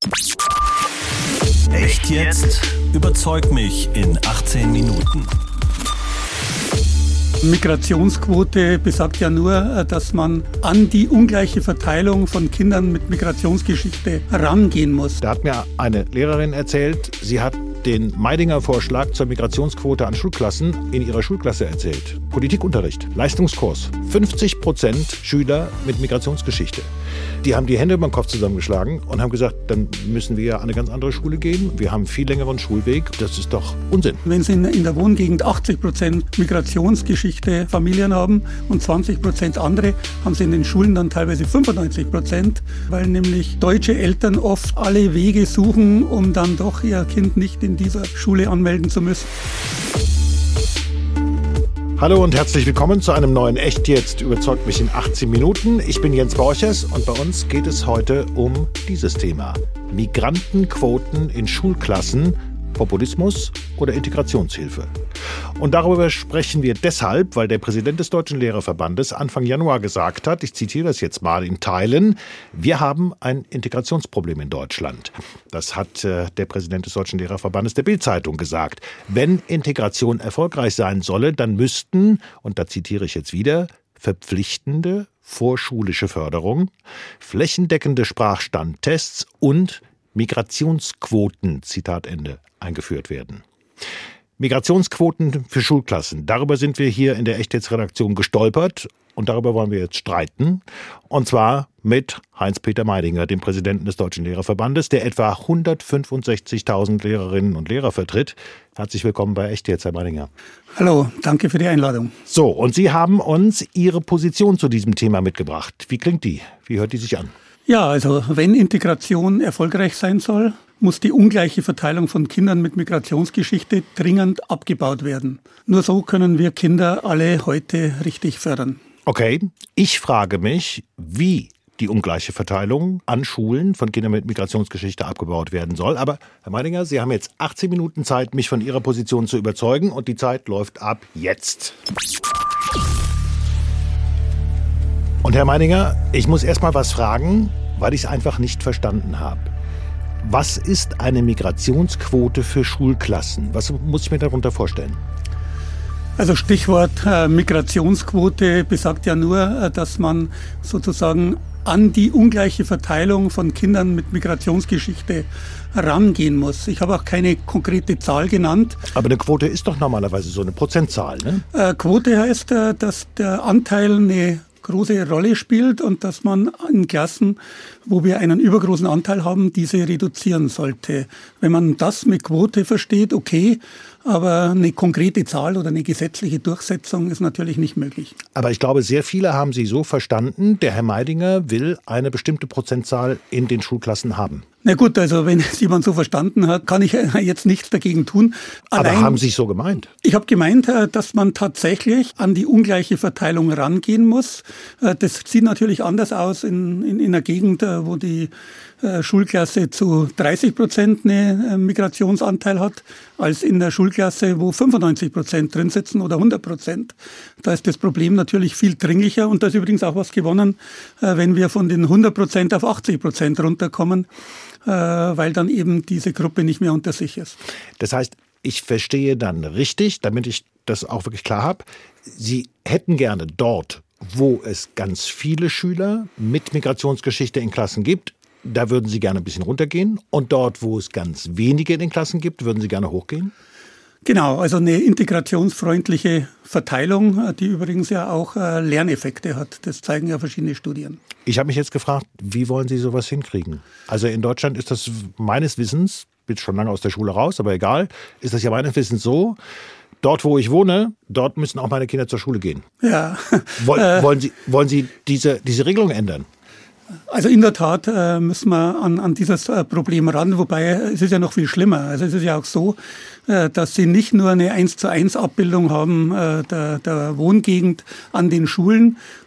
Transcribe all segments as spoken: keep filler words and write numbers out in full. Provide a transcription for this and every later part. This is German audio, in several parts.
Echt jetzt? Überzeug mich in achtzehn Minuten. Migrationsquote besagt ja nur, dass man an die ungleiche Verteilung von Kindern mit Migrationsgeschichte rangehen muss. Da hat mir eine Lehrerin erzählt, sie hat den Meidinger Vorschlag zur Migrationsquote an Schulklassen in ihrer Schulklasse erzählt. Politikunterricht, Leistungskurs, fünfzig Prozent Schüler mit Migrationsgeschichte. Die haben die Hände über den Kopf zusammengeschlagen und haben gesagt, dann müssen wir an eine ganz andere Schule gehen. Wir haben einen viel längeren Schulweg. Das ist doch Unsinn. Wenn Sie in der Wohngegend achtzig Prozent Migrationsgeschichte Familien haben und zwanzig Prozent andere, haben Sie in den Schulen dann teilweise fünfundneunzig Prozent, weil nämlich deutsche Eltern oft alle Wege suchen, um dann doch ihr Kind nicht in dieser Schule anmelden zu müssen. Hallo und herzlich willkommen zu einem neuen Echt jetzt überzeugt mich in achtzehn Minuten. Ich bin Jens Borchers und bei uns geht es heute um dieses Thema. Migrantenquoten in Schulklassen, Populismus oder Integrationshilfe. Und darüber sprechen wir deshalb, weil der Präsident des Deutschen Lehrerverbandes Anfang Januar gesagt hat, ich zitiere das jetzt mal in Teilen, wir haben ein Integrationsproblem in Deutschland. Das hat äh, der Präsident des Deutschen Lehrerverbandes der Bild-Zeitung gesagt. Wenn Integration erfolgreich sein solle, dann müssten, und da zitiere ich jetzt wieder, verpflichtende vorschulische Förderung, flächendeckende Sprachstandtests und Migrationsquoten, Zitat Ende, eingeführt werden. Migrationsquoten für Schulklassen. Darüber sind wir hier in der Echt-Jetzt-Redaktion gestolpert und darüber wollen wir jetzt streiten. Und zwar mit Heinz-Peter Meidinger, dem Präsidenten des Deutschen Lehrerverbandes, der etwa hundertfünfundsechzigtausend Lehrerinnen und Lehrer vertritt. Herzlich willkommen bei Echt Jetzt, Herr Meidinger. Hallo, danke für die Einladung. So, und Sie haben uns Ihre Position zu diesem Thema mitgebracht. Wie klingt die? Wie hört die sich an? Ja, also wenn Integration erfolgreich sein soll, muss die ungleiche Verteilung von Kindern mit Migrationsgeschichte dringend abgebaut werden. Nur so können wir Kinder alle heute richtig fördern. Okay, ich frage mich, wie die ungleiche Verteilung an Schulen von Kindern mit Migrationsgeschichte abgebaut werden soll. Aber Herr Meidinger, Sie haben jetzt achtzehn Minuten Zeit, mich von Ihrer Position zu überzeugen und die Zeit läuft ab jetzt. Und Herr Meidinger, ich muss erst mal was fragen, weil ich es einfach nicht verstanden habe. Was ist eine Migrationsquote für Schulklassen? Was muss ich mir darunter vorstellen? Also Stichwort äh, Migrationsquote besagt ja nur, äh, dass man sozusagen an die ungleiche Verteilung von Kindern mit Migrationsgeschichte rangehen muss. Ich habe auch keine konkrete Zahl genannt. Aber eine Quote ist doch normalerweise so eine Prozentzahl, ne? Äh, Quote heißt, äh, dass der Anteil eine große Rolle spielt und dass man in Klassen, wo wir einen übergroßen Anteil haben, diese reduzieren sollte. Wenn man das mit Quote versteht, okay, aber eine konkrete Zahl oder eine gesetzliche Durchsetzung ist natürlich nicht möglich. Aber ich glaube, sehr viele haben Sie so verstanden, der Herr Meidinger will eine bestimmte Prozentzahl in den Schulklassen haben. Na gut, also wenn es jemand so verstanden hat, kann ich jetzt nichts dagegen tun. Allein, aber haben Sie es so gemeint? Ich habe gemeint, dass man tatsächlich an die ungleiche Verteilung rangehen muss. Das sieht natürlich anders aus in, in, in einer Gegend, wo die Schulklasse zu dreißig Prozent einen Migrationsanteil hat, als in der Schulklasse, wo fünfundneunzig Prozent drin sitzen oder hundert Prozent. Da ist das Problem natürlich viel dringlicher und da ist übrigens auch was gewonnen, wenn wir von den hundert Prozent auf achtzig Prozent runterkommen, weil dann eben diese Gruppe nicht mehr unter sich ist. Das heißt, ich verstehe dann richtig, damit ich das auch wirklich klar habe, Sie hätten gerne dort, wo es ganz viele Schüler mit Migrationsgeschichte in Klassen gibt, da würden Sie gerne ein bisschen runtergehen. Und dort, wo es ganz wenige in den Klassen gibt, würden Sie gerne hochgehen? Genau, also eine integrationsfreundliche Verteilung, die übrigens ja auch Lerneffekte hat. Das zeigen ja verschiedene Studien. Ich habe mich jetzt gefragt, wie wollen Sie sowas hinkriegen? Also in Deutschland ist das meines Wissens, bin schon lange aus der Schule raus, aber egal, ist das ja meines Wissens so, dort, wo ich wohne, dort müssen auch meine Kinder zur Schule gehen. Ja. Woll, äh, wollen Sie, wollen Sie diese, diese Regelung ändern? Also in der Tat äh, müssen wir an, an dieses äh, Problem ran, wobei es ist ja noch viel schlimmer. Also es ist ja auch so, äh, dass Sie nicht nur eine eins zu eins Abbildung haben äh, der, der Wohngegend an den Schulen,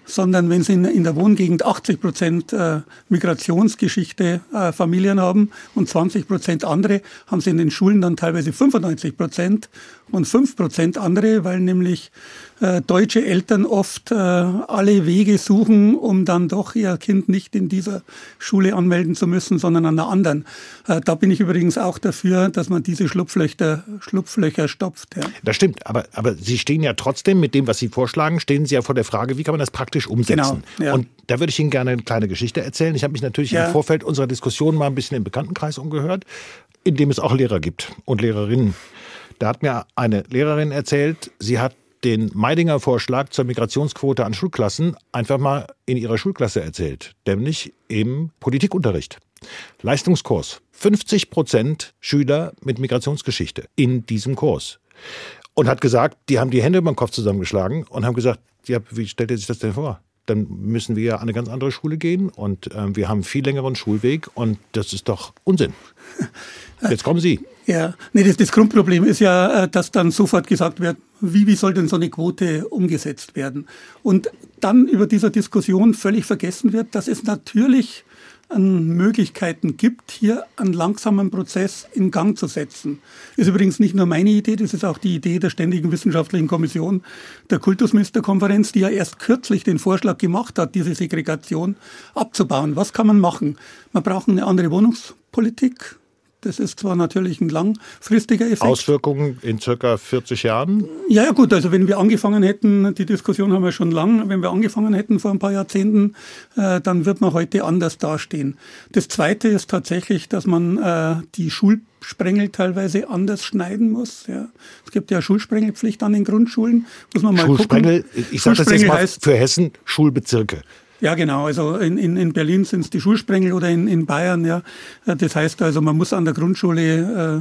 sondern wenn Sie in, in der Wohngegend achtzig Prozent äh, Migrationsgeschichte äh, Familien haben und zwanzig Prozent andere, haben Sie in den Schulen dann teilweise fünfundneunzig Prozent und fünf Prozent andere, weil nämlich äh, deutsche Eltern oft äh, alle Wege suchen, um dann doch ihr Kind nicht in dieser Schule anmelden zu müssen, sondern an einer anderen. Äh, da bin ich übrigens auch dafür, dass man diese Schlupflöcher, Schlupflöcher stopft. Ja. Das stimmt, aber, aber Sie stehen ja trotzdem mit dem, was Sie vorschlagen, stehen Sie ja vor der Frage, wie kann man das praktisch umsetzen? Genau, ja. Und da würde ich Ihnen gerne eine kleine Geschichte erzählen. Ich habe mich natürlich ja. im Vorfeld unserer Diskussion mal ein bisschen im Bekanntenkreis umgehört, in dem es auch Lehrer gibt und Lehrerinnen. Da hat mir eine Lehrerin erzählt, sie hat den Meidinger Vorschlag zur Migrationsquote an Schulklassen einfach mal in ihrer Schulklasse erzählt, nämlich im Politikunterricht. Leistungskurs. fünfzig Prozent Schüler mit Migrationsgeschichte in diesem Kurs. Und hat gesagt, die haben die Hände über den Kopf zusammengeschlagen und haben gesagt, ja, wie stellt ihr sich das denn vor? Dann müssen wir ja an eine ganz andere Schule gehen und äh, wir haben einen viel längeren Schulweg und das ist doch Unsinn. Jetzt kommen Sie. Ja, nee, das, das Grundproblem ist ja, dass dann sofort gesagt wird, wie, wie soll denn so eine Quote umgesetzt werden? Und dann über dieser Diskussion völlig vergessen wird, dass es natürlich an Möglichkeiten gibt, hier einen langsamen Prozess in Gang zu setzen. Ist übrigens nicht nur meine Idee, das ist auch die Idee der Ständigen Wissenschaftlichen Kommission der Kultusministerkonferenz, die ja erst kürzlich den Vorschlag gemacht hat, diese Segregation abzubauen. Was kann man machen? Man braucht eine andere Wohnungspolitik. Das ist zwar natürlich ein langfristiger Effekt. Auswirkungen in circa vierzig Jahren? Ja, ja gut, also wenn wir angefangen hätten, die Diskussion haben wir schon lang, wenn wir angefangen hätten vor ein paar Jahrzehnten, äh, dann wird man heute anders dastehen. Das Zweite ist tatsächlich, dass man äh, die Schulsprengel teilweise anders schneiden muss. Ja. Es gibt ja Schulsprengelpflicht an den Grundschulen. Muss man mal Schulsprengel, gucken. Ich sage das jetzt mal heißt, für Hessen, Schulbezirke. Ja, genau. Also in, in, in Berlin sind es die Schulsprengel oder in, in Bayern. Ja, das heißt also, man muss an der Grundschule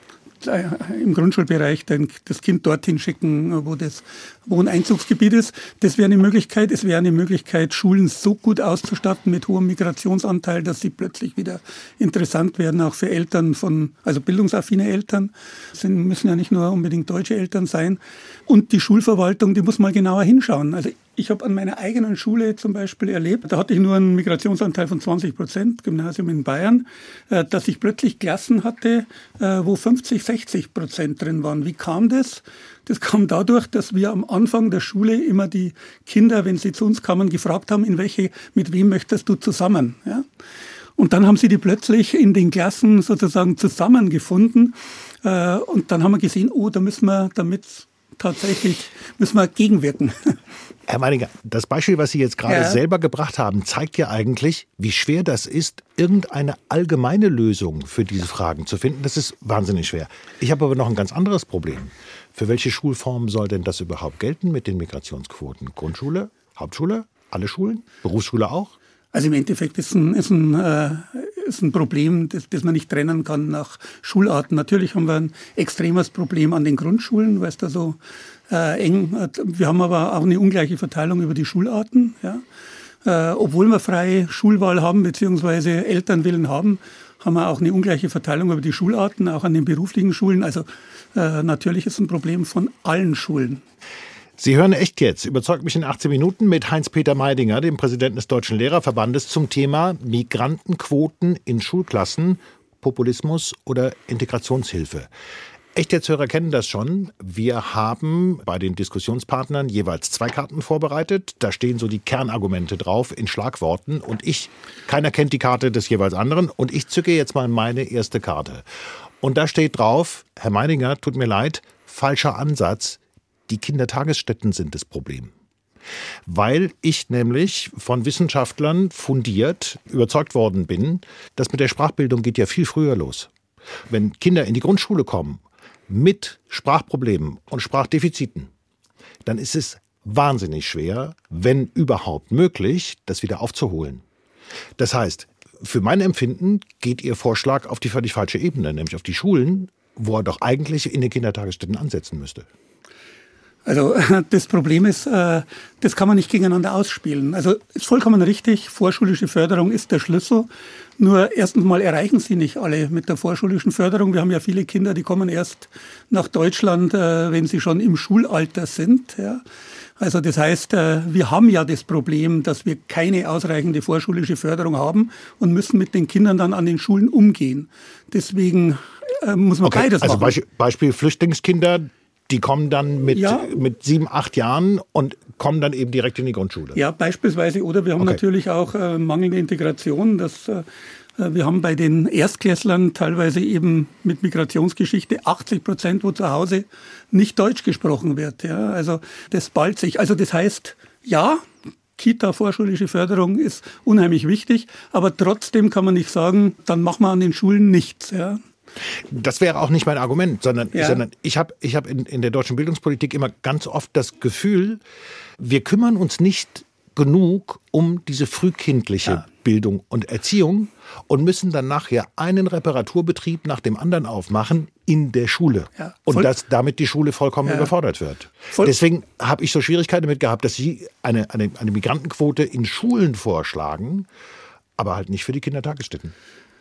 äh, im Grundschulbereich das Kind dorthin schicken, wo das Wohneinzugsgebiet ist. Das wäre eine Möglichkeit. Es wäre eine Möglichkeit, Schulen so gut auszustatten mit hohem Migrationsanteil, dass sie plötzlich wieder interessant werden, auch für Eltern von, also bildungsaffine Eltern. Das müssen ja nicht nur unbedingt deutsche Eltern sein. Und die Schulverwaltung, die muss mal genauer hinschauen. Also ich habe an meiner eigenen Schule zum Beispiel erlebt, da hatte ich nur einen Migrationsanteil von zwanzig Prozent, Gymnasium in Bayern, dass ich plötzlich Klassen hatte, wo fünfzig, sechzig Prozent drin waren. Wie kam das? Das kam dadurch, dass wir am Anfang der Schule immer die Kinder, wenn sie zu uns kamen, gefragt haben, in welche, mit wem möchtest du zusammen? Ja? Und dann haben sie die plötzlich in den Klassen sozusagen zusammengefunden. Und dann haben wir gesehen, oh, da müssen wir damit tatsächlich müssen wir gegenwirken. Herr Meidinger, das Beispiel, was Sie jetzt gerade ja. selber gebracht haben, zeigt ja eigentlich, wie schwer das ist, irgendeine allgemeine Lösung für diese Fragen zu finden. Das ist wahnsinnig schwer. Ich habe aber noch ein ganz anderes Problem. Für welche Schulform soll denn das überhaupt gelten mit den Migrationsquoten? Grundschule, Hauptschule, alle Schulen, Berufsschule auch? Also im Endeffekt ist ein, ist ein, äh, ist ein Problem, das, das man nicht trennen kann nach Schularten. Natürlich haben wir ein extremes Problem an den Grundschulen, weil es da so äh, eng, äh, wir haben aber auch eine ungleiche Verteilung über die Schularten. Ja. Äh, obwohl wir freie Schulwahl haben, beziehungsweise Elternwillen haben, haben wir auch eine ungleiche Verteilung über die Schularten, auch an den beruflichen Schulen. Also äh, natürlich ist es ein Problem von allen Schulen. Sie hören Echt jetzt, überzeugt mich in achtzehn Minuten mit Heinz-Peter Meidinger, dem Präsidenten des Deutschen Lehrerverbandes, zum Thema Migrantenquoten in Schulklassen, Populismus oder Integrationshilfe. Echt jetzt Hörer kennen das schon. Wir haben bei den Diskussionspartnern jeweils zwei Karten vorbereitet. Da stehen so die Kernargumente drauf in Schlagworten. Und ich, keiner kennt die Karte des jeweils anderen. Und ich zücke jetzt mal meine erste Karte. Und da steht drauf, Herr Meidinger, tut mir leid, falscher Ansatz. Die Kindertagesstätten sind das Problem. Weil ich nämlich von Wissenschaftlern fundiert überzeugt worden bin, dass mit der Sprachbildung geht ja viel früher los. Wenn Kinder in die Grundschule kommen mit Sprachproblemen und Sprachdefiziten, dann ist es wahnsinnig schwer, wenn überhaupt möglich, das wieder aufzuholen. Das heißt, für mein Empfinden geht Ihr Vorschlag auf die völlig falsche Ebene, nämlich auf die Schulen, wo er doch eigentlich in den Kindertagesstätten ansetzen müsste. Also das Problem ist, das kann man nicht gegeneinander ausspielen. Also ist vollkommen richtig, vorschulische Förderung ist der Schlüssel. Nur erstens mal erreichen sie nicht alle mit der vorschulischen Förderung. Wir haben ja viele Kinder, die kommen erst nach Deutschland, wenn sie schon im Schulalter sind. Ja. Also das heißt, wir haben ja das Problem, dass wir keine ausreichende vorschulische Förderung haben und müssen mit den Kindern dann an den Schulen umgehen. Deswegen muss man okay, beides also machen. Beispiel, Beispiel Flüchtlingskinder, die kommen dann mit, ja. mit sieben, acht Jahren und kommen dann eben direkt in die Grundschule. Ja, beispielsweise. Oder wir haben okay. natürlich auch äh, mangelnde Integration. Das, äh, wir haben bei den Erstklässlern teilweise eben mit Migrationsgeschichte achtzig Prozent, wo zu Hause nicht Deutsch gesprochen wird. Ja, also das ballt sich. Also das heißt, ja, Kita, vorschulische Förderung ist unheimlich wichtig, aber trotzdem kann man nicht sagen, dann machen wir an den Schulen nichts. Ja. Das wäre auch nicht mein Argument, sondern, ja. sondern ich habe ich hab in, in der deutschen Bildungspolitik immer ganz oft das Gefühl, wir kümmern uns nicht genug um diese frühkindliche ja. Bildung und Erziehung und müssen dann nachher einen Reparaturbetrieb nach dem anderen aufmachen in der Schule. Ja, und dass damit die Schule vollkommen ja. überfordert wird. Voll. Deswegen habe ich so Schwierigkeiten damit gehabt, dass Sie eine, eine, eine Migrantenquote in Schulen vorschlagen, aber halt nicht für die Kindertagesstätten.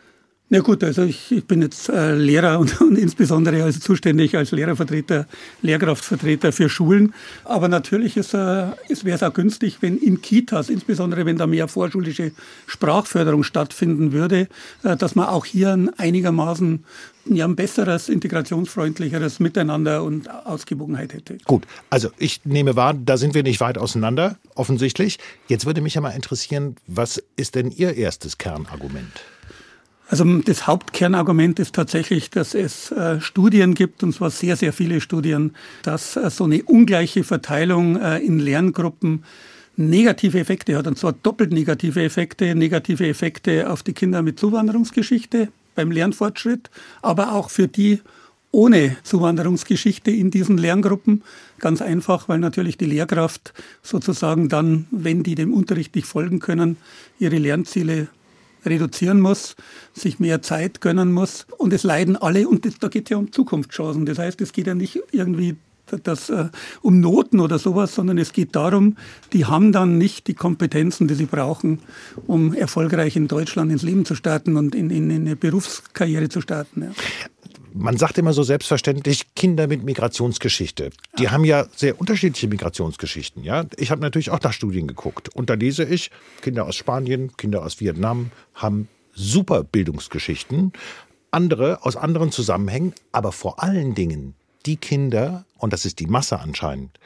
Na gut, also ich, ich bin jetzt äh, Lehrer und, und insbesondere also zuständig als Lehrervertreter, Lehrkraftvertreter für Schulen. Aber natürlich ist, äh, es wäre es auch günstig, wenn in Kitas, insbesondere wenn da mehr vorschulische Sprachförderung stattfinden würde, äh, dass man auch hier ein einigermaßen ja, ein besseres, integrationsfreundlicheres Miteinander und Ausgewogenheit hätte. Gut, also ich nehme wahr, da sind wir nicht weit auseinander, offensichtlich. Jetzt würde mich ja mal interessieren, was ist denn Ihr erstes Kernargument? Also das Hauptkernargument ist tatsächlich, dass es äh, Studien gibt, und zwar sehr, sehr viele Studien, dass äh, so eine ungleiche Verteilung äh, in Lerngruppen negative Effekte hat, und zwar doppelt negative Effekte, negative Effekte auf die Kinder mit Zuwanderungsgeschichte beim Lernfortschritt, aber auch für die ohne Zuwanderungsgeschichte in diesen Lerngruppen. Ganz einfach, weil natürlich die Lehrkraft sozusagen dann, wenn die dem Unterricht nicht folgen können, ihre Lernziele reduzieren muss, sich mehr Zeit gönnen muss. Und es leiden alle, und das, da geht es ja um Zukunftschancen. Das heißt, es geht ja nicht irgendwie das, äh, um Noten oder sowas, sondern es geht darum, die haben dann nicht die Kompetenzen, die sie brauchen, um erfolgreich in Deutschland ins Leben zu starten und in, in, in eine Berufskarriere zu starten. Ja. Man sagt immer so selbstverständlich, Kinder mit Migrationsgeschichte. Die ja. haben ja sehr unterschiedliche Migrationsgeschichten. Ja? Ich habe natürlich auch nach Studien geguckt. Und da lese ich, Kinder aus Spanien, Kinder aus Vietnam haben super Bildungsgeschichten. Andere aus anderen Zusammenhängen. Aber vor allen Dingen die Kinder, und das ist die Masse anscheinend,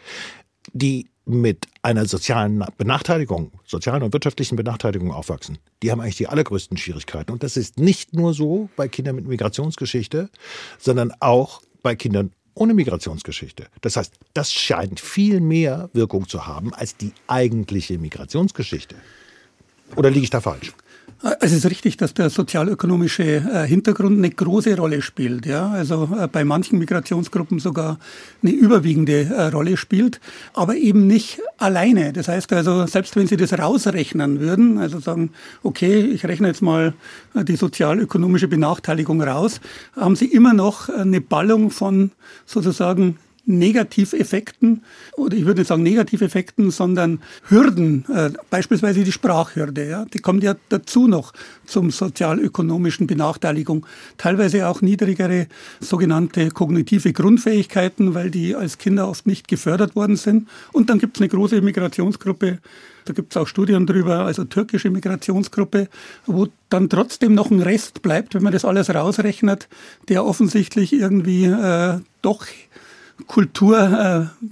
die mit einer sozialen Benachteiligung, sozialen und wirtschaftlichen Benachteiligung aufwachsen, die haben eigentlich die allergrößten Schwierigkeiten. Und das ist nicht nur so bei Kindern mit Migrationsgeschichte, sondern auch bei Kindern ohne Migrationsgeschichte. Das heißt, das scheint viel mehr Wirkung zu haben als die eigentliche Migrationsgeschichte. Oder liege ich da falsch? Es ist richtig, dass der sozialökonomische Hintergrund eine große Rolle spielt. Ja? Also bei manchen Migrationsgruppen sogar eine überwiegende Rolle spielt, aber eben nicht alleine. Das heißt also, selbst wenn Sie das rausrechnen würden, also sagen, okay, ich rechne jetzt mal die sozialökonomische Benachteiligung raus, haben Sie immer noch eine Ballung von sozusagen Negativeffekten, oder ich würde nicht sagen Negativeffekten, sondern Hürden, äh, beispielsweise die Sprachhürde, ja, die kommt ja dazu noch zum sozialökonomischen Benachteiligung. Teilweise auch niedrigere sogenannte kognitive Grundfähigkeiten, weil die als Kinder oft nicht gefördert worden sind. Und dann gibt es eine große Migrationsgruppe, da gibt es auch Studien drüber, also türkische Migrationsgruppe, wo dann trotzdem noch ein Rest bleibt, wenn man das alles rausrechnet, der offensichtlich irgendwie äh, doch Kultur, äh,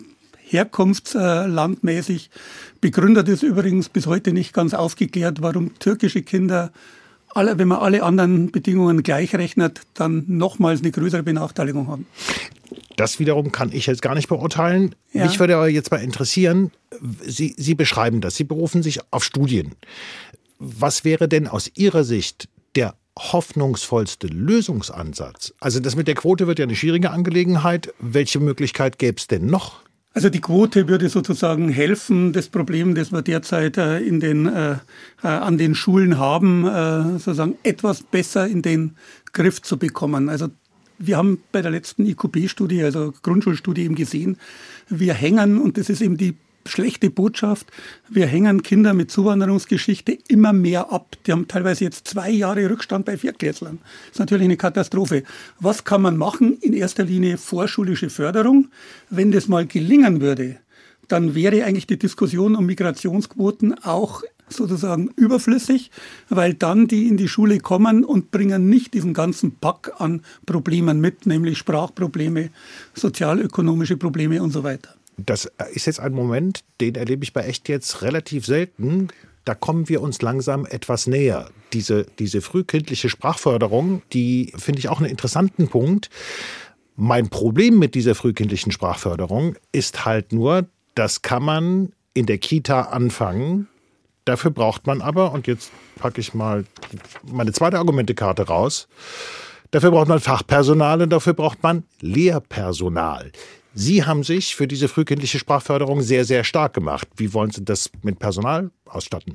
herkunftslandmäßig begründet ist. Übrigens bis heute nicht ganz aufgeklärt, warum türkische Kinder, alle, wenn man alle anderen Bedingungen gleich rechnet, dann nochmals eine größere Benachteiligung haben. Das wiederum kann ich jetzt gar nicht beurteilen. Ja. Mich würde aber jetzt mal interessieren, Sie, Sie beschreiben das, Sie berufen sich auf Studien. Was wäre denn aus Ihrer Sicht der hoffnungsvollste Lösungsansatz? Also das mit der Quote wird ja eine schwierige Angelegenheit. Welche Möglichkeit gäbe es denn noch? Also die Quote würde sozusagen helfen, das Problem, das wir derzeit äh, in den, äh, äh, an den Schulen haben, äh, sozusagen etwas besser in den Griff zu bekommen. Also wir haben bei der letzten I Q B-Studie, also Grundschulstudie, eben gesehen, wir hängen, und das ist eben die schlechte Botschaft, wir hängen Kinder mit Zuwanderungsgeschichte immer mehr ab. Die haben teilweise jetzt zwei Jahre Rückstand bei Viertklässlern. Das ist natürlich eine Katastrophe. Was kann man machen? In erster Linie vorschulische Förderung. Wenn das mal gelingen würde, dann wäre eigentlich die Diskussion um Migrationsquoten auch sozusagen überflüssig, weil dann die in die Schule kommen und bringen nicht diesen ganzen Pack an Problemen mit, nämlich Sprachprobleme, sozialökonomische Probleme und so weiter. Das ist jetzt ein Moment, den erlebe ich bei Echt jetzt relativ selten. Da kommen wir uns langsam etwas näher. Diese, diese frühkindliche Sprachförderung, die finde ich auch einen interessanten Punkt. Mein Problem mit dieser frühkindlichen Sprachförderung ist halt nur, das kann man in der Kita anfangen. Dafür braucht man aber, und jetzt packe ich mal meine zweite Argumentekarte raus, dafür braucht man Fachpersonal und dafür braucht man Lehrpersonal. Sie haben sich für diese frühkindliche Sprachförderung sehr, sehr stark gemacht. Wie wollen Sie das mit Personal ausstatten?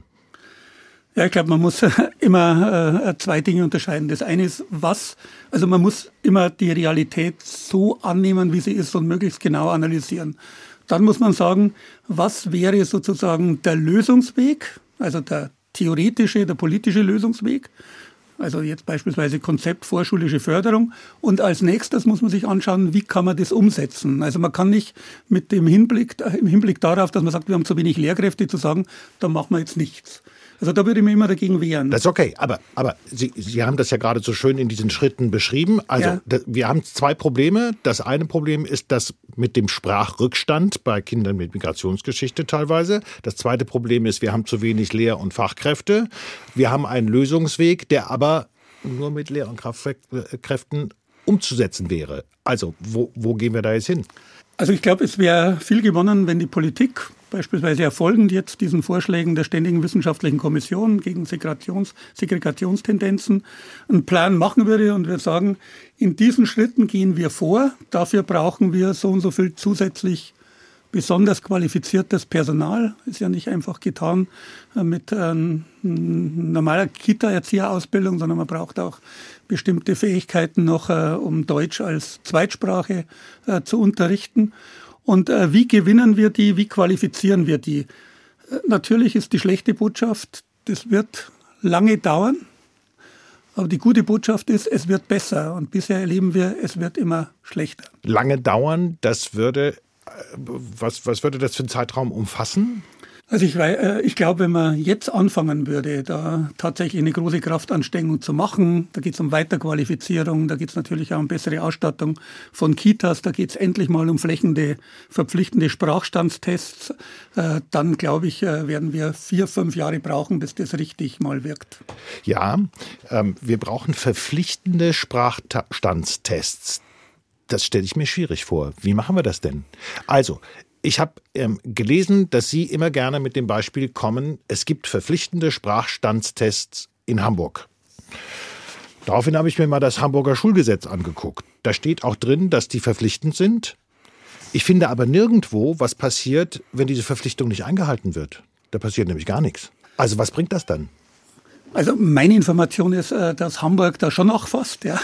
Ja, ich glaube, man muss immer äh, zwei Dinge unterscheiden. Das eine ist, was, also man muss immer die Realität so annehmen, wie sie ist und möglichst genau analysieren. Dann muss man sagen, was wäre sozusagen der Lösungsweg, also der theoretische, der politische Lösungsweg. Also jetzt beispielsweise Konzept vorschulische Förderung. Und als nächstes muss man sich anschauen, wie kann man das umsetzen. Also man kann nicht mit dem Hinblick, im Hinblick darauf, dass man sagt, wir haben zu wenig Lehrkräfte, zu sagen, da machen wir jetzt nichts. Also da würde ich mir immer dagegen wehren. Das ist okay, aber, aber Sie, Sie haben das ja gerade so schön in diesen Schritten beschrieben. Also ja. das, wir haben zwei Probleme. Das eine Problem ist das mit dem Sprachrückstand bei Kindern mit Migrationsgeschichte teilweise. Das zweite Problem ist, wir haben zu wenig Lehr- und Fachkräfte. Wir haben einen Lösungsweg, der aber nur mit Lehr- und Kräften umzusetzen wäre. Also wo, wo gehen wir da jetzt hin? Also ich glaube, es wäre viel gewonnen, wenn die Politik beispielsweise erfolgend jetzt diesen Vorschlägen der Ständigen Wissenschaftlichen Kommission gegen Segregations- Segregationstendenzen einen Plan machen würde und wir sagen, in diesen Schritten gehen wir vor, dafür brauchen wir so und so viel zusätzlich besonders qualifiziertes Personal. Ist ja nicht einfach getan mit ähm, normaler Kita-Erzieherausbildung, sondern man braucht auch bestimmte Fähigkeiten noch, äh, um Deutsch als Zweitsprache äh, zu unterrichten. Und äh, wie gewinnen wir die, wie qualifizieren wir die? Äh, natürlich ist die schlechte Botschaft, das wird lange dauern. Aber die gute Botschaft ist, es wird besser. Und bisher erleben wir, es wird immer schlechter. Lange dauern, das würde, was, was würde das für einen Zeitraum umfassen? Also ich, ich glaube, wenn man jetzt anfangen würde, da tatsächlich eine große Kraftanstrengung zu machen, da geht es um Weiterqualifizierung, da geht es natürlich auch um bessere Ausstattung von Kitas, da geht es endlich mal um flächende, verpflichtende Sprachstandstests, dann glaube ich, werden wir vier, fünf Jahre brauchen, bis das richtig mal wirkt. Ja, ähm, wir brauchen verpflichtende Sprachstandstests. Das stelle ich mir schwierig vor. Wie machen wir das denn? Also, ich habe ähm, gelesen, dass Sie immer gerne mit dem Beispiel kommen, es gibt verpflichtende Sprachstandstests in Hamburg. Daraufhin habe ich mir mal das Hamburger Schulgesetz angeguckt. Da steht auch drin, dass die verpflichtend sind. Ich finde aber nirgendwo, was passiert, wenn diese Verpflichtung nicht eingehalten wird. Da passiert nämlich gar nichts. Also was bringt das dann? Also meine Information ist, dass Hamburg da schon nachfasst, ja,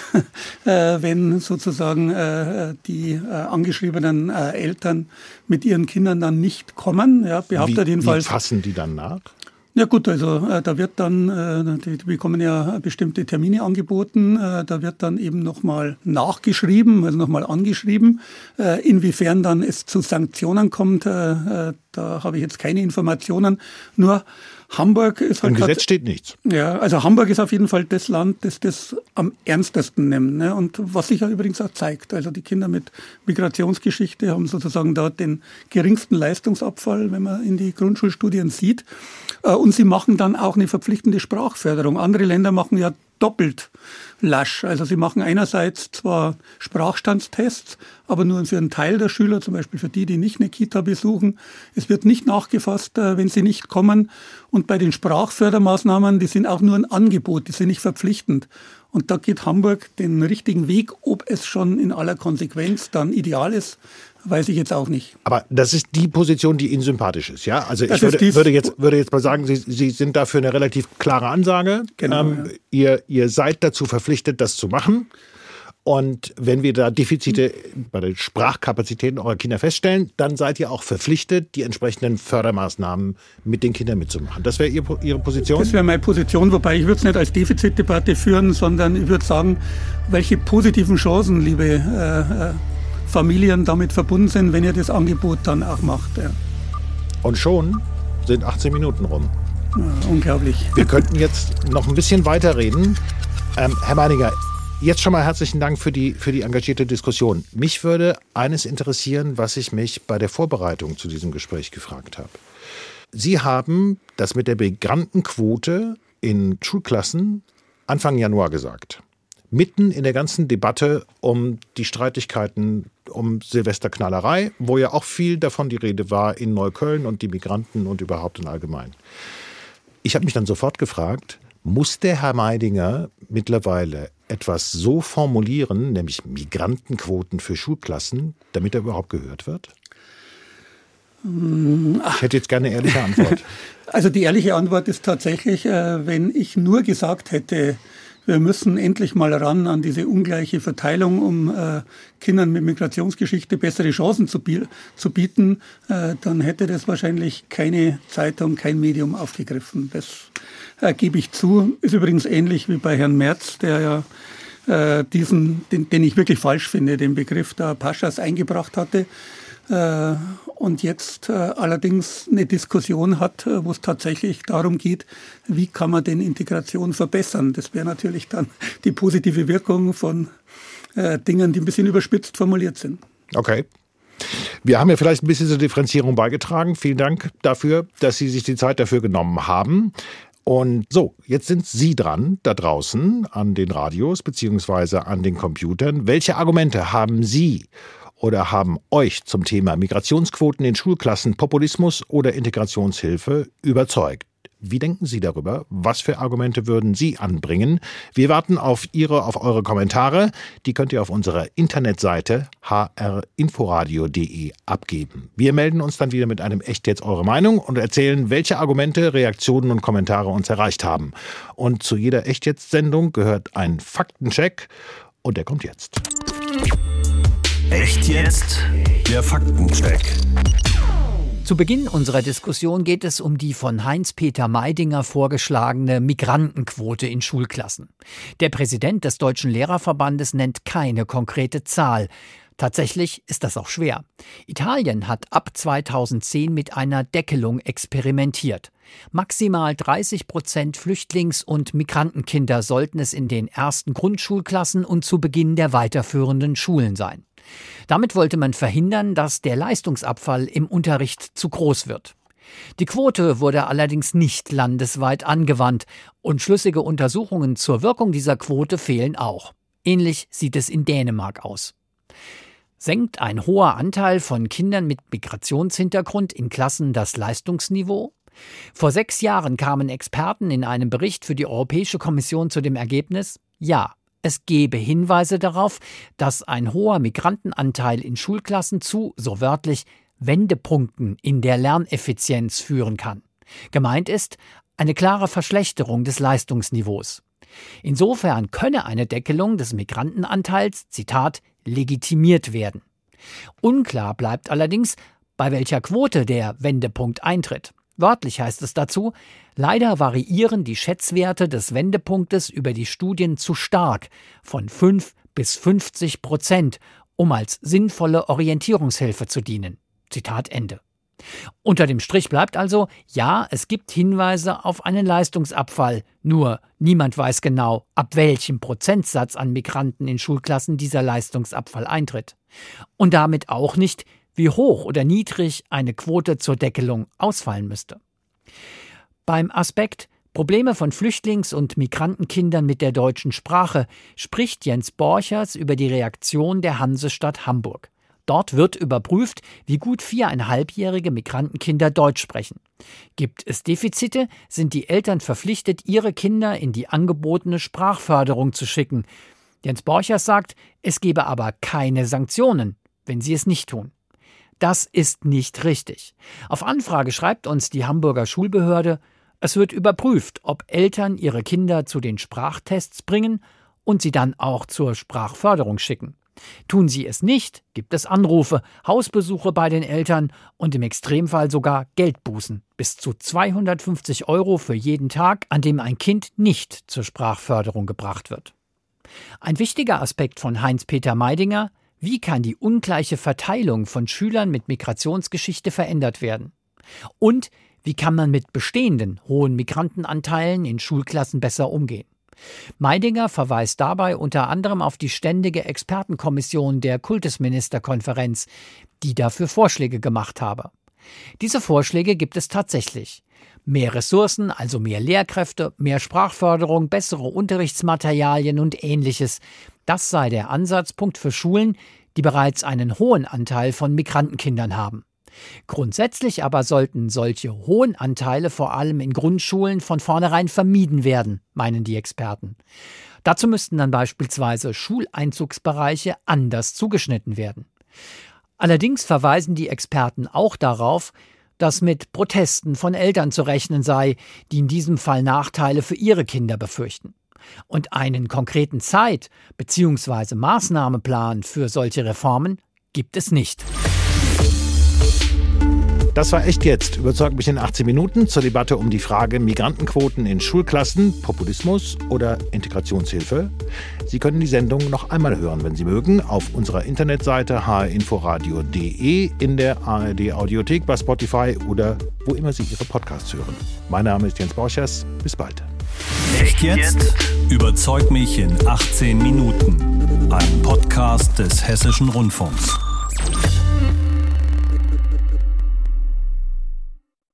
wenn sozusagen die angeschriebenen Eltern mit ihren Kindern dann nicht kommen. Ja, behauptet wie, jedenfalls. Wie fassen die dann nach? Ja gut, also äh, da wird dann, äh, die, die bekommen ja bestimmte Termine angeboten, äh, da wird dann eben nochmal nachgeschrieben, also nochmal angeschrieben. Äh, inwiefern dann es zu Sanktionen kommt, äh, äh, da habe ich jetzt keine Informationen. Nur Hamburg ist halt... Im Gesetz steht nichts. Ja, also Hamburg ist auf jeden Fall das Land, das das am ernstesten nimmt. Ne? Und was sich ja übrigens auch zeigt. Also die Kinder mit Migrationsgeschichte haben sozusagen da den geringsten Leistungsabfall, wenn man in die Grundschulstudien sieht. Und sie machen dann auch eine verpflichtende Sprachförderung. Andere Länder machen ja doppelt lasch. Also sie machen einerseits zwar Sprachstandstests, aber nur für einen Teil der Schüler, zum Beispiel für die, die nicht eine Kita besuchen. Es wird nicht nachgefasst, wenn sie nicht kommen. Und bei den Sprachfördermaßnahmen, die sind auch nur ein Angebot, die sind nicht verpflichtend. Und da geht Hamburg den richtigen Weg. Ob es schon in aller Konsequenz dann ideal ist, weiß ich jetzt auch nicht. Aber das ist die Position, die Ihnen sympathisch ist, ja? Also das ich würde, würde, jetzt, würde jetzt mal sagen, Sie, Sie sind dafür eine relativ klare Ansage. Genau, ähm, ja. ihr, ihr seid dazu verpflichtet, das zu machen. Und wenn wir da Defizite bei den Sprachkapazitäten eurer Kinder feststellen, dann seid ihr auch verpflichtet, die entsprechenden Fördermaßnahmen mit den Kindern mitzumachen. Das wäre ihr, Ihre Position? Das wäre meine Position, wobei ich würde es nicht als Defizitdebatte führen, sondern ich würde sagen, welche positiven Chancen, liebe äh, Familien, damit verbunden sind, wenn ihr das Angebot dann auch macht. Ja. Und schon sind achtzehn Minuten rum. Ja, unglaublich. Wir könnten jetzt noch ein bisschen weiterreden. Ähm, Herr Meininger, jetzt schon mal herzlichen Dank für die, für die engagierte Diskussion. Mich würde eines interessieren, was ich mich bei der Vorbereitung zu diesem Gespräch gefragt habe. Sie haben das mit der Migrantenquote in Schulklassen Anfang Januar gesagt. Mitten in der ganzen Debatte um die Streitigkeiten um Silvesterknallerei, wo ja auch viel davon die Rede war in Neukölln und die Migranten und überhaupt in allgemein. Ich habe mich dann sofort gefragt, muss der Herr Meininger mittlerweile etwas so formulieren, nämlich Migrantenquoten für Schulklassen, damit er überhaupt gehört wird? Ich hätte jetzt gerne eine ehrliche Antwort. Also die ehrliche Antwort ist tatsächlich, wenn ich nur gesagt hätte, wir müssen endlich mal ran an diese ungleiche Verteilung, um äh, Kindern mit Migrationsgeschichte bessere Chancen zu, bi- zu bieten, äh, dann hätte das wahrscheinlich keine Zeitung, kein Medium aufgegriffen. Das äh, gebe ich zu. Ist übrigens ähnlich wie bei Herrn Merz, der ja äh, diesen, den, den ich wirklich falsch finde, den Begriff der Paschas eingebracht hatte. Äh, und jetzt äh, allerdings eine Diskussion hat, äh, wo es tatsächlich darum geht, wie kann man denn Integration verbessern. Das wäre natürlich dann die positive Wirkung von äh, Dingen, die ein bisschen überspitzt formuliert sind. Okay. Wir haben ja vielleicht ein bisschen zur Differenzierung beigetragen. Vielen Dank dafür, dass Sie sich die Zeit dafür genommen haben. Und so, jetzt sind Sie dran, da draußen an den Radios beziehungsweise an den Computern. Welche Argumente haben Sie oder haben euch zum Thema Migrationsquoten in Schulklassen, Populismus oder Integrationshilfe überzeugt? Wie denken Sie darüber? Was für Argumente würden Sie anbringen? Wir warten auf Ihre, auf eure Kommentare. Die könnt ihr auf unserer Internetseite h r inforadio punkt d e abgeben. Wir melden uns dann wieder mit einem Echt jetzt eure Meinung und erzählen, welche Argumente, Reaktionen und Kommentare uns erreicht haben. Und zu jeder Echt jetzt Sendung gehört ein Faktencheck und der kommt jetzt. Echt jetzt? Der Faktencheck. Zu Beginn unserer Diskussion geht es um die von Heinz-Peter Meidinger vorgeschlagene Migrantenquote in Schulklassen. Der Präsident des Deutschen Lehrerverbandes nennt keine konkrete Zahl. Tatsächlich ist das auch schwer. Italien hat ab zweitausendzehn mit einer Deckelung experimentiert. Maximal dreißig Prozent Flüchtlings- und Migrantenkinder sollten es in den ersten Grundschulklassen und zu Beginn der weiterführenden Schulen sein. Damit wollte man verhindern, dass der Leistungsabfall im Unterricht zu groß wird. Die Quote wurde allerdings nicht landesweit angewandt und schlüssige Untersuchungen zur Wirkung dieser Quote fehlen auch. Ähnlich sieht es in Dänemark aus. Senkt ein hoher Anteil von Kindern mit Migrationshintergrund in Klassen das Leistungsniveau? Vor sechs Jahren kamen Experten in einem Bericht für die Europäische Kommission zu dem Ergebnis, ja, es gebe Hinweise darauf, dass ein hoher Migrantenanteil in Schulklassen zu, so wörtlich, Wendepunkten in der Lerneffizienz führen kann. Gemeint ist eine klare Verschlechterung des Leistungsniveaus. Insofern könne eine Deckelung des Migrantenanteils, Zitat, legitimiert werden. Unklar bleibt allerdings, bei welcher Quote der Wendepunkt eintritt. Wörtlich heißt es dazu, leider variieren die Schätzwerte des Wendepunktes über die Studien zu stark, von fünf bis fünfzig Prozent, um als sinnvolle Orientierungshilfe zu dienen. Zitat Ende. Unter dem Strich bleibt also, ja, es gibt Hinweise auf einen Leistungsabfall, nur niemand weiß genau, ab welchem Prozentsatz an Migranten in Schulklassen dieser Leistungsabfall eintritt. Und damit auch nicht, wie hoch oder niedrig eine Quote zur Deckelung ausfallen müsste. Beim Aspekt Probleme von Flüchtlings- und Migrantenkindern mit der deutschen Sprache spricht Jens Borchers über die Reaktion der Hansestadt Hamburg. Dort wird überprüft, wie gut viereinhalbjährige Migrantenkinder Deutsch sprechen. Gibt es Defizite, sind die Eltern verpflichtet, ihre Kinder in die angebotene Sprachförderung zu schicken. Jens Borchers sagt, es gebe aber keine Sanktionen, wenn sie es nicht tun. Das ist nicht richtig. Auf Anfrage schreibt uns die Hamburger Schulbehörde, es wird überprüft, ob Eltern ihre Kinder zu den Sprachtests bringen und sie dann auch zur Sprachförderung schicken. Tun sie es nicht, gibt es Anrufe, Hausbesuche bei den Eltern und im Extremfall sogar Geldbußen. Bis zu zweihundertfünfzig Euro für jeden Tag, an dem ein Kind nicht zur Sprachförderung gebracht wird. Ein wichtiger Aspekt von Heinz-Peter Meidinger: Wie kann die ungleiche Verteilung von Schülern mit Migrationsgeschichte verändert werden? Und wie kann man mit bestehenden hohen Migrantenanteilen in Schulklassen besser umgehen? Meidinger verweist dabei unter anderem auf die ständige Expertenkommission der Kultusministerkonferenz, die dafür Vorschläge gemacht habe. Diese Vorschläge gibt es tatsächlich. Mehr Ressourcen, also mehr Lehrkräfte, mehr Sprachförderung, bessere Unterrichtsmaterialien und Ähnliches. Das sei der Ansatzpunkt für Schulen, die bereits einen hohen Anteil von Migrantenkindern haben. Grundsätzlich aber sollten solche hohen Anteile vor allem in Grundschulen von vornherein vermieden werden, meinen die Experten. Dazu müssten dann beispielsweise Schuleinzugsbereiche anders zugeschnitten werden. Allerdings verweisen die Experten auch darauf, dass mit Protesten von Eltern zu rechnen sei, die in diesem Fall Nachteile für ihre Kinder befürchten. Und einen konkreten Zeit- bzw. Maßnahmeplan für solche Reformen gibt es nicht. Das war Echt jetzt. Überzeugt mich in achtzehn Minuten zur Debatte um die Frage Migrantenquoten in Schulklassen, Populismus oder Integrationshilfe. Sie können die Sendung noch einmal hören, wenn Sie mögen, auf unserer Internetseite h r inforadio punkt d e, in der A R D-Audiothek, bei Spotify oder wo immer Sie Ihre Podcasts hören. Mein Name ist Jens Borchers. Bis bald. Echt jetzt? Überzeug mich in achtzehn Minuten. Ein Podcast des Hessischen Rundfunks.